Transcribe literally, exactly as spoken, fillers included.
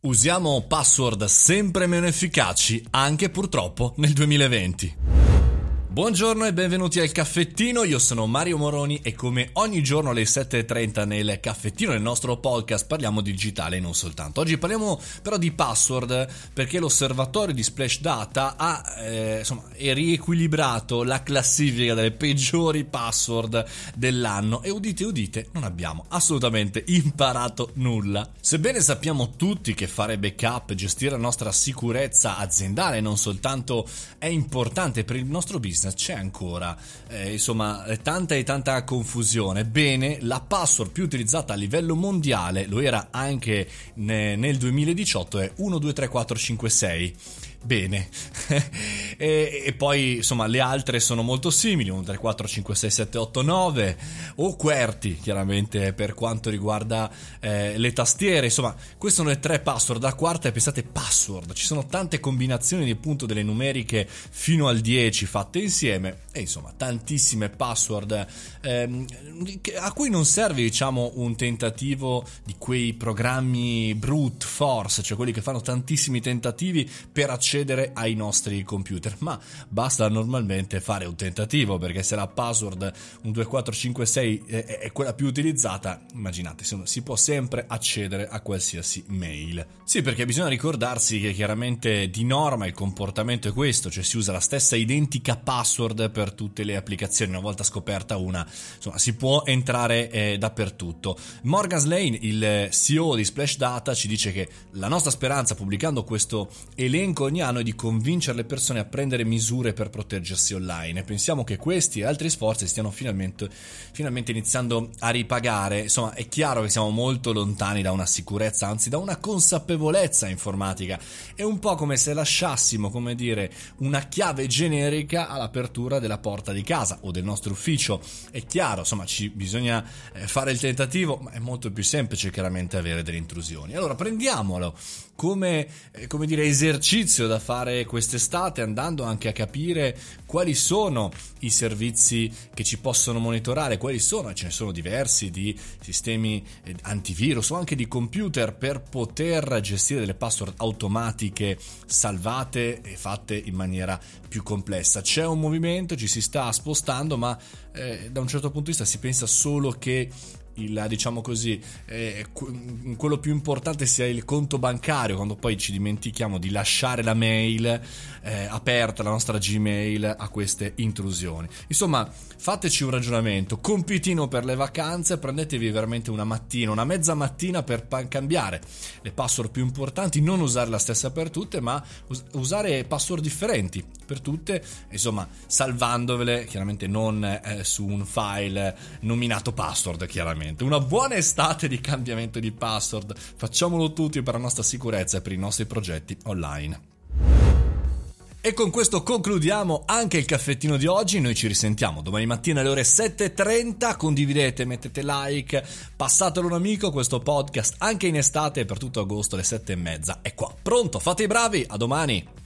Usiamo password sempre meno efficaci, anche purtroppo nel duemilaventi. Buongiorno e benvenuti al caffettino, io sono Mario Moroni e come ogni giorno alle sette e trenta nel caffettino, nel nostro podcast, parliamo di digitale e non soltanto. Oggi parliamo però di password perché l'osservatorio di Splash Data ha eh, insomma, è riequilibrato la classifica delle peggiori password dell'anno e udite udite non abbiamo assolutamente imparato nulla. Sebbene sappiamo tutti che fare backup, gestire la nostra sicurezza aziendale e non soltanto è importante per il nostro business, c'è ancora eh, insomma tanta e tanta confusione. Bene, la password più utilizzata a livello mondiale, lo era anche ne, nel duemiladiciotto, è uno due tre quattro cinque sei. Bene, e, e poi insomma le altre sono molto simili, uno tre quattro cinque sei sette otto nove o QWERTY chiaramente per quanto riguarda eh, le tastiere. Insomma, queste sono le tre password. La quarta è, pensate, password, ci sono tante combinazioni di appunto delle numeriche fino al dieci fatte insieme e insomma tantissime password ehm, a cui non serve diciamo un tentativo di quei programmi brute force, cioè quelli che fanno tantissimi tentativi per accedere accedere ai nostri computer, ma basta normalmente fare un tentativo, perché se la password uno due quattro cinque sei è, è quella più utilizzata, immaginate, si può sempre accedere a qualsiasi mail. Sì, perché bisogna ricordarsi che chiaramente di norma il comportamento è questo, cioè si usa la stessa identica password per tutte le applicazioni. Una volta scoperta una, insomma, si può entrare eh, dappertutto. Morgan Slane, il C E O di Splash Data, ci dice che la nostra speranza pubblicando questo elenco ogni anno è di convincere le persone a prendere misure per proteggersi online, e pensiamo che questi e altri sforzi stiano finalmente, finalmente iniziando a ripagare. Insomma, è chiaro che siamo molto lontani da una sicurezza, anzi da una consapevolezza informatica. È un po' come se lasciassimo, come dire, una chiave generica all'apertura della porta di casa o del nostro ufficio. È chiaro, insomma, ci bisogna fare il tentativo, ma è molto più semplice chiaramente avere delle intrusioni. Allora prendiamolo come, come dire, esercizio da fare quest'estate, andando anche a capire quali sono i servizi che ci possono monitorare, quali sono, ce ne sono diversi, di sistemi antivirus o anche di computer per poter gestire delle password automatiche salvate e fatte in maniera più complessa. C'è un movimento, ci si sta spostando, ma eh, da un certo punto di vista si pensa solo che il, diciamo così, eh, quello più importante sia il conto bancario, quando poi ci dimentichiamo di lasciare la mail eh, aperta, la nostra Gmail, a queste intrusioni. Insomma, fateci un ragionamento, compitino per le vacanze, prendetevi veramente una mattina, una mezza mattina per pa- cambiare le password più importanti, non usare la stessa per tutte, ma us- usare password differenti per tutte, insomma, salvandovele chiaramente non eh, su un file nominato password, chiaramente. Una buona estate di cambiamento di password, facciamolo tutti per la nostra sicurezza e per i nostri progetti online. E con questo concludiamo anche il caffettino di oggi. Noi ci risentiamo domani mattina alle ore sette e trenta. Condividete, mettete like, passatelo un amico. Questo podcast anche in estate per tutto agosto alle sette e mezza è qua, pronto, fate i bravi, a domani.